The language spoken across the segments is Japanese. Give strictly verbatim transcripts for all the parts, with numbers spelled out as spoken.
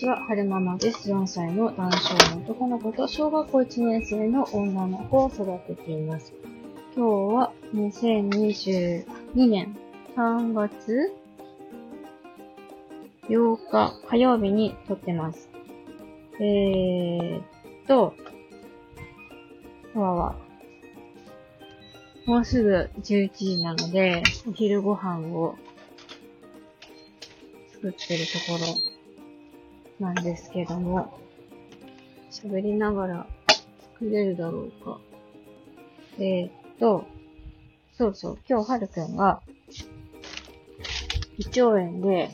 ちは、はるままです。よんさいの男性の男の子と小学校いちねん生の女の子を育てています。今日はにせんにじゅうにねんさんがつようか火曜日に撮ってます。えーっと、今日はもうすぐじゅういちじなので、お昼ご飯を作ってるところなんですけども、喋りながら作れるだろうか。えー、っと、そうそう、今日はるくんが、胃腸炎で、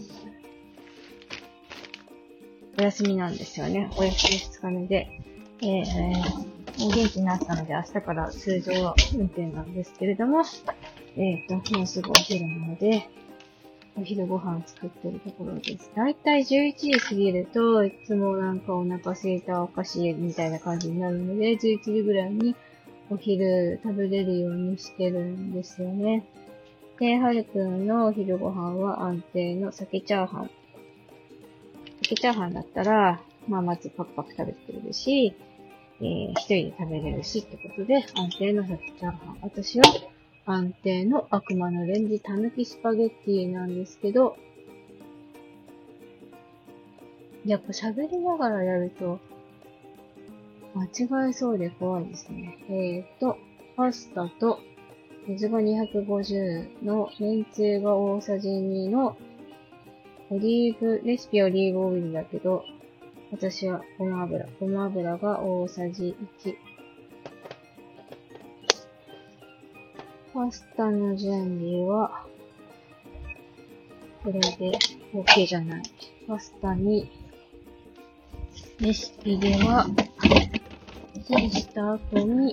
お休みなんですよね。お休みふつかめで、えー、お元気になったので、明日から通常運転なんですけれども、えー、っと、もうすぐお昼なので、お昼ご飯作ってるところです。だいたいじゅういちじ過ぎると、いつもなんかお腹空いたお菓子みたいな感じになるので、じゅういちじぐらいにお昼食べれるようにしてるんですよね。で、はるくんのお昼ご飯は安定の鮭チャーハン。鮭チャーハンだったら、まあまずパクパク食べてくれるし、えー、一人で食べれるしってことで、安定の鮭チャーハン。私は、安定の悪魔のレンジたぬきスパゲッティなんですけど、やっぱ喋りながらやると間違えそうで怖いですね。えーと、パスタと水がにひゃくごじゅうのめんつゆが大さじにのオリーブ、レシピはオリーブオイルだけど、私はごま油。ごま油が大さじいち。パスタの準備は、これで OK じゃない。パスタに、レシピでは、チンした後に、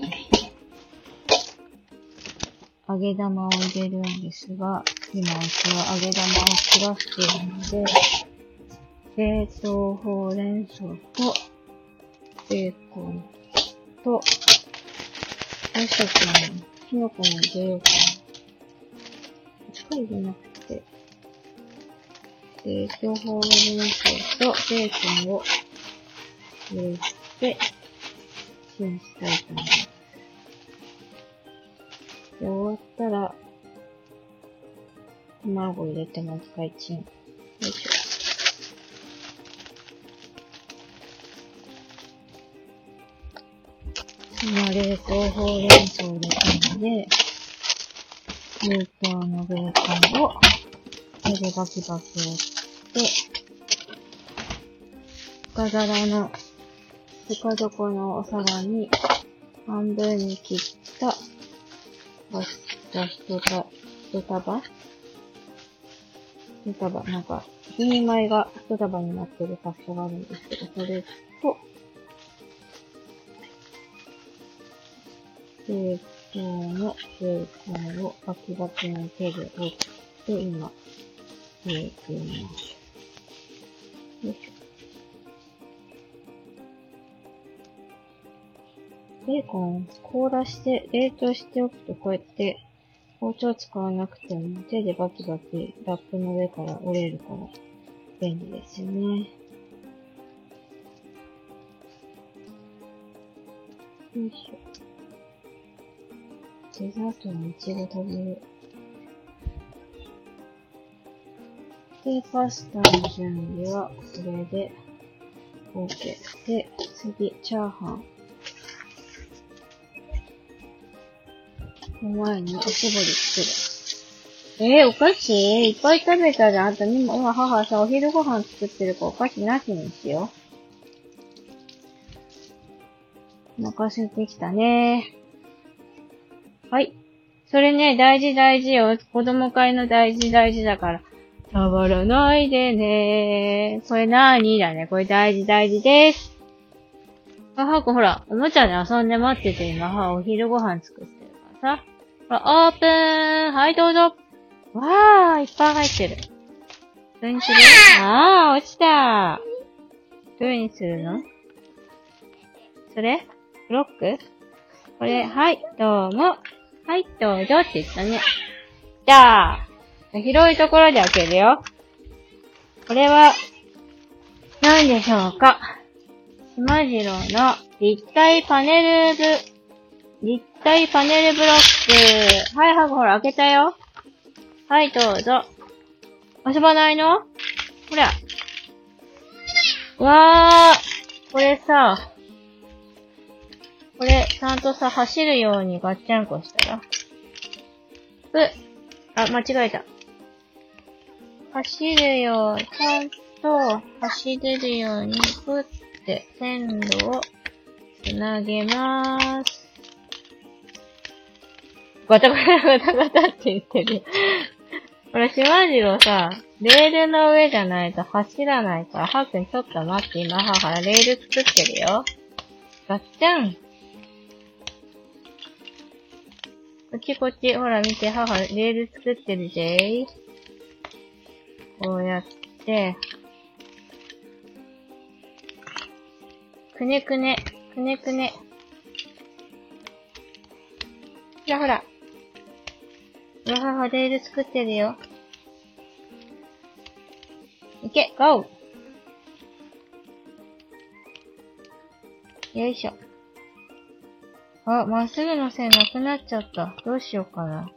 揚げ玉を入れるんですが、今うちは揚げ玉を切らしているので、冷凍ほうれん草と、ベーコンと、どうしようかな。キノコも入れようかな。しっかり入れなくて、冷凍ほうれん草とベーコンを入れて、チンしたいと思います。で、終わったら、卵入れてもう一回チン。よいしょ。今、冷凍ほうれん草を入れたので、冷凍のベーコンを手でバキバキ折って、深皿の、深底のお皿に半分に切ったパスタ一束、一束一束、なんか、一人前が一束になってるパスタがあるんですけど、それと、冷凍のベーコンをバキバキの手で折って、今、入れています。よいしょ。ベーコン、凍らして、冷凍しておくとこうやって、包丁使わなくても手でバキバキラップの上から折れるから便利ですよね。よいしょ。デザートにイチゴ食べる。で、パスタの準備はこれで OK。で、次、チャーハン。前におしぼり作る。えー、お菓子いっぱい食べたじゃん。あとにも、今母さ、お昼ご飯作ってるからお菓子なしにしよう。お腹空いてきたね。はい。それね、大事大事よ。子供会の大事大事だから。触らないでね。これなーにだね。これ大事大事です。あ、はこほら、おもちゃで遊んで待ってて、今、はお昼ご飯作ってるからさ。ほら、オープンはい、どうぞわー、いっぱい入ってる。どれにするあー、落ちたどれにするのそれブロックこれ、はい、どうも。はい、どうぞって言ったね。じゃあ、広いところで開けるよ。これは、 何でしょうか。しまじろうの立体パネルブ、立体パネルブロック。はい、ハグほら開けたよ。はい、どうぞ。遊ばないの？ほら。わー。これさ、これ、ちゃんとさ、走るようにガッチャンコしたら。うあ、間違えた。走るよう、ちゃんと走れるように、ふって線路をつなげまーす。ガタガタガタガタって言ってる。これ、しまじろうさ、レールの上じゃないと走らないから、はーくんちょっと待って、今母レール作ってるよ。ガッチャン。こっちこっち、ほら見て、母レール作ってるぜー。こうやって、くねくね、くねくね。ほらほら。わはは、レール作ってるよ。いけ、ゴー！よいしょ。あ、まっすぐの線なくなっちゃった。どうしようかな。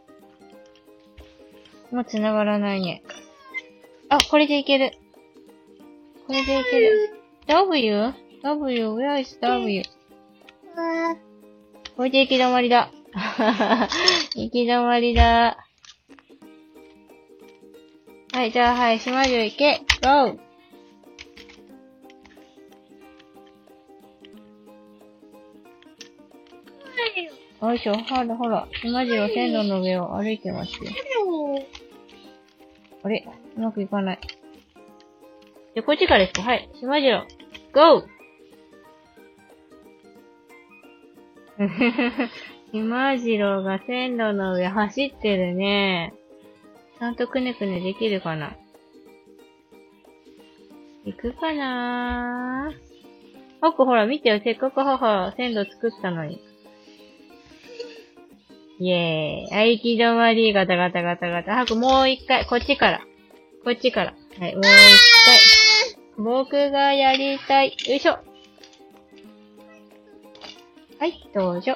もう繋がらないね。あ、これでいける。これでいける。W? W? Where is W? これで行き止まりだ。行き止まりだ。はい、じゃあ、はい、しまじろう行け。ゴー！よいしょ、ほらほら、しまじろう線路の上を歩いてますよ。あれ？うまくいかない。じゃ、こっちからですか？はい、しまじろう。ゴー！しまじろうが線路の上走ってるね。ちゃんとくねくねできるかな？行くかなー？ハクほら見てよ、せっかく母線路作ったのに。イェーイ。はい、行き止まり、ガタガタガタガタ。ハクもう一回、こっちから。こっちから。はい、もう一回。僕がやりたい。よいしょ。はい、どうぞ。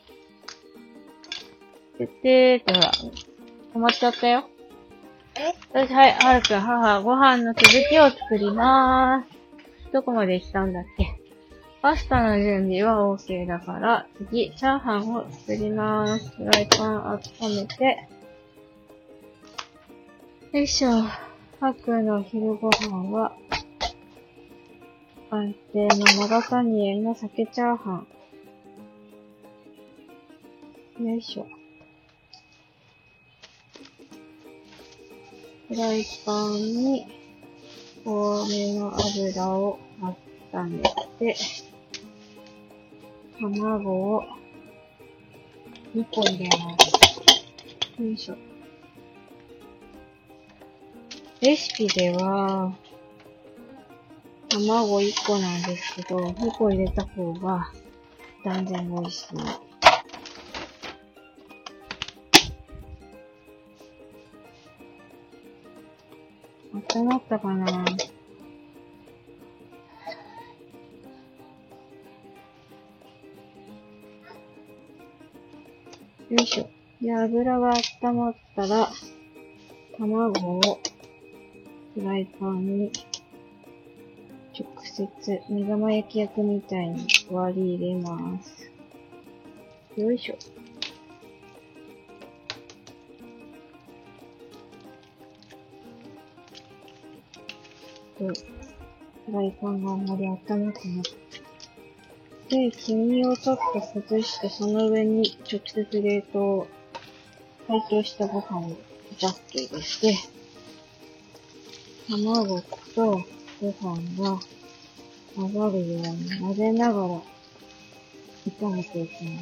てってーってほら、止まっちゃったよ。よし、はい、はるくん、母、ご飯の続きを作りまーす。どこまでしたんだっけ？パスタの準備は OK だから、次、チャーハンを作りまーす。フライパン温めて。よいしょ。はくの昼ご飯は、安定の長カニエの鮭チャーハン。よいしょ。フライパンに多めの油を温めて、卵をにこ入れます。よいしょ。レシピでは、卵いっこなんですけど、にこ入れた方が断然美味しい。温まったかな？よいしょ。で、油が温まったら、卵をフライパンに直接目玉焼き焼くみたいに割り入れます。よいしょ。で、フライパンがあんまり温まってなくて、で、黄身をちょっと崩して、その上に直接冷凍、解凍したご飯をザッと入れて、卵とご飯が混ざるように混ぜながら炒めていきます。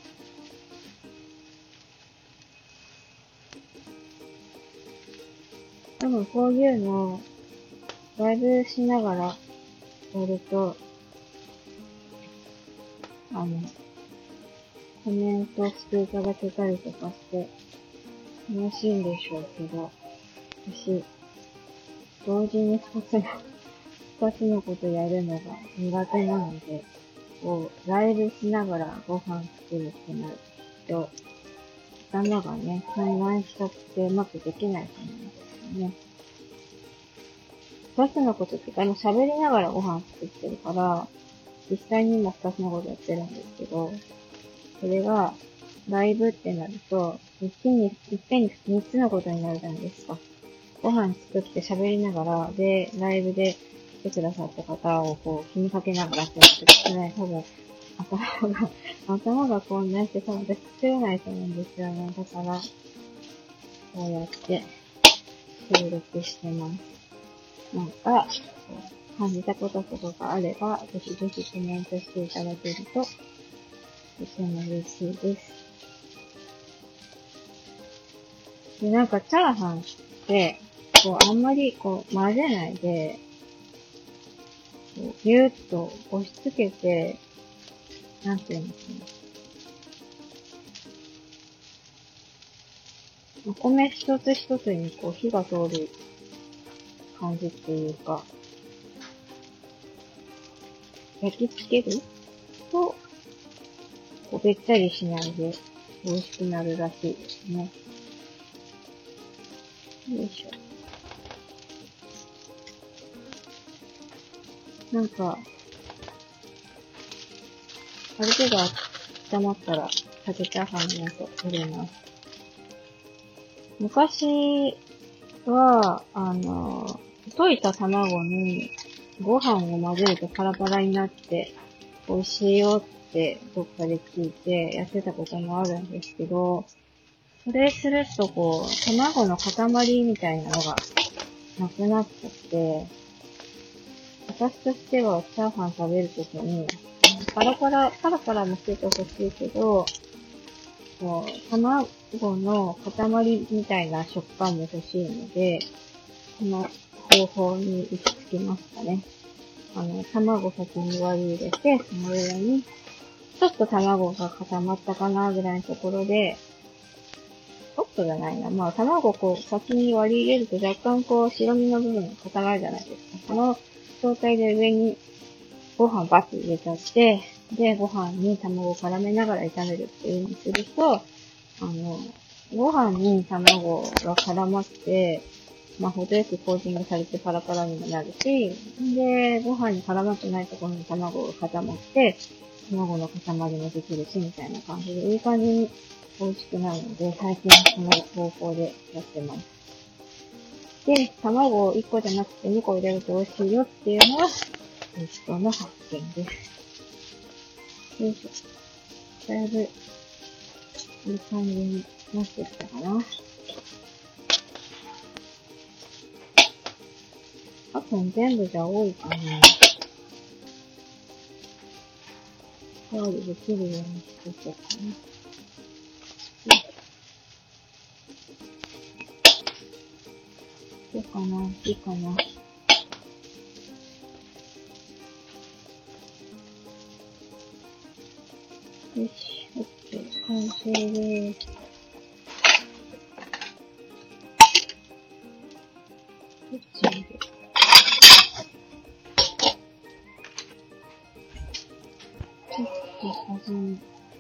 多分こういうのをライブしながらやると、あの、コメントしていただけたりとかして楽しいんでしょうけど、私、同時にふたつの二つのことやるのが苦手なので、こう、ライブしながらご飯作るってなると、頭がね、混乱しちゃってうまくできないと思うんですよね。二つのことってか、今喋りながらご飯作ってるから、実際に今二つのことやってるんですけど、それが、ライブってなると、一遍に、一遍に三つのことになるじゃないですか。ご飯作って喋りながら、で、ライブで来てくださった方をこう気にかけながらってやってくれない。多分、頭が、頭が混乱して多分私作れないと思うんですよね。だから、こうやって収録してます。なんか、感じたこととかがあれば、ぜひぜひコメントしていただけると、とても嬉しいです。で、なんかチャーハンって、こう、あんまりこう、混ぜないで、こう、ぎゅーっと押し付けて、なんていうんですかね。お米一つ一つにこう、火が通る感じっていうか、焼き付けると、こう、べったりしないで美味しくなるらしいですね。よいしょ。なんか、ある程度温まったら、鮭チャーハンのやつを入れます。昔は、あの、溶いた卵にご飯を混ぜるとパラパラになって美味しいよってどっかで聞いてやってたこともあるんですけど、それするとこう、卵の塊みたいなのがなくなっちゃって、私としてはチャーハン食べるときに、パラパラ、パラパラもしててほしいけど、こう卵の塊みたいな食感も欲しいので、この方法に行き着きましたね。あの、卵先に割り入れて、その上に、ちょっと卵が固まったかなぐらいのところで、ちょっとじゃないな。まあ、卵をこう先に割り入れると若干こう白身の部分が固まるじゃないですか。この状態で上にご飯バッと入れちゃって、で、ご飯に卵を絡めながら炒めるっていう風にすると、あの、ご飯に卵が絡まって、まあ、程よくコーティングされてパラパラにもなるし、で、ご飯に絡まってないところに卵が固まって、卵の塊もできるし、みたいな感じで、いい感じに美味しくなるので、最近この方法でやってます。で、卵をいっこじゃなくてにこ入れると美味しいよっていうのは、人の発見です。よいしょ。だいぶ、いい感じになってきたかな。あと全部じゃ多いかな。料理できるようにしていこうかな。どうかな、いいかな。よし、オッケー、完成でーす。こっちで。ちょっと味に。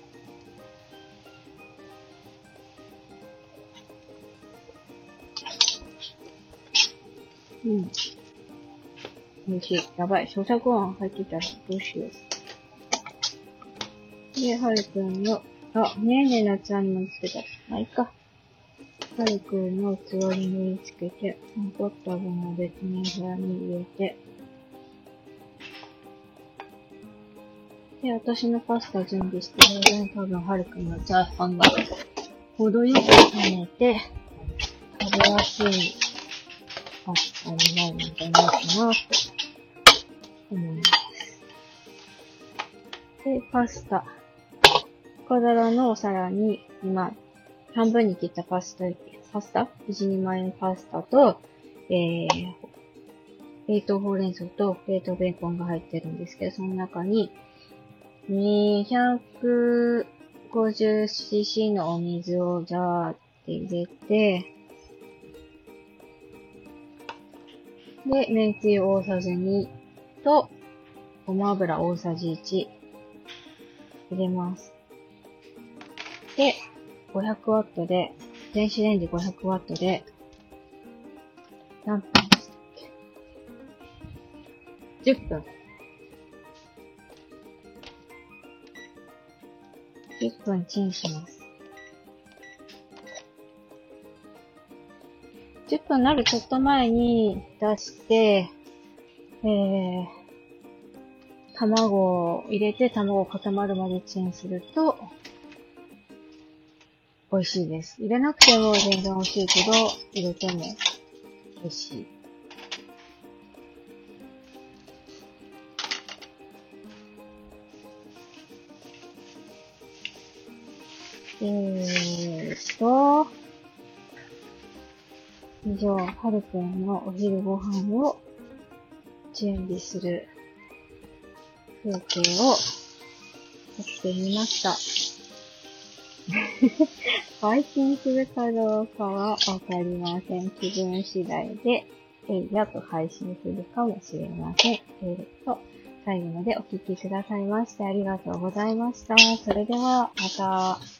うん。美味しい。やばい。咀嚼音入ってたらどうしよう。で、はるくんの、あ、ねえねえなちゃんのつけた。まあ、いいか。はるくんの器に盛り付けて、残った分を別の皿に入れて、で、私のパスタ準備してる間に多分はるくんのチャーハンが程よく冷めて、食べやすいパスタになるんじゃないかなと思います。で、パスタ。小皿のお皿に今、半分に切ったパスタ、パスタ ?いち、にまいのパスタと、えー、冷凍ほうれん草と冷凍ベーコンが入ってるんですけど、その中に、にひゃくごじゅうシーシー のお水をジャーって入れて、で、めんつゆ大さじにと、ごま油大さじいち入れます。で、ごひゃくワットで、電子レンジごひゃくワットで、何分でしたっけ ?じゅっぷん。じゅっぷんチンします。じゅっぷんになるちょっと前に出して、えー、卵を入れて卵固まるまでチンすると、美味しいです。入れなくても全然美味しいけど、入れても美味しい。えーと、以上、はるくんのお昼ご飯を準備する風景を撮ってみました。配信するかどうかはわかりません。気分次第で、えいやと配信するかもしれません。えーと、最後までお聞きくださいましてありがとうございました。それでは、また。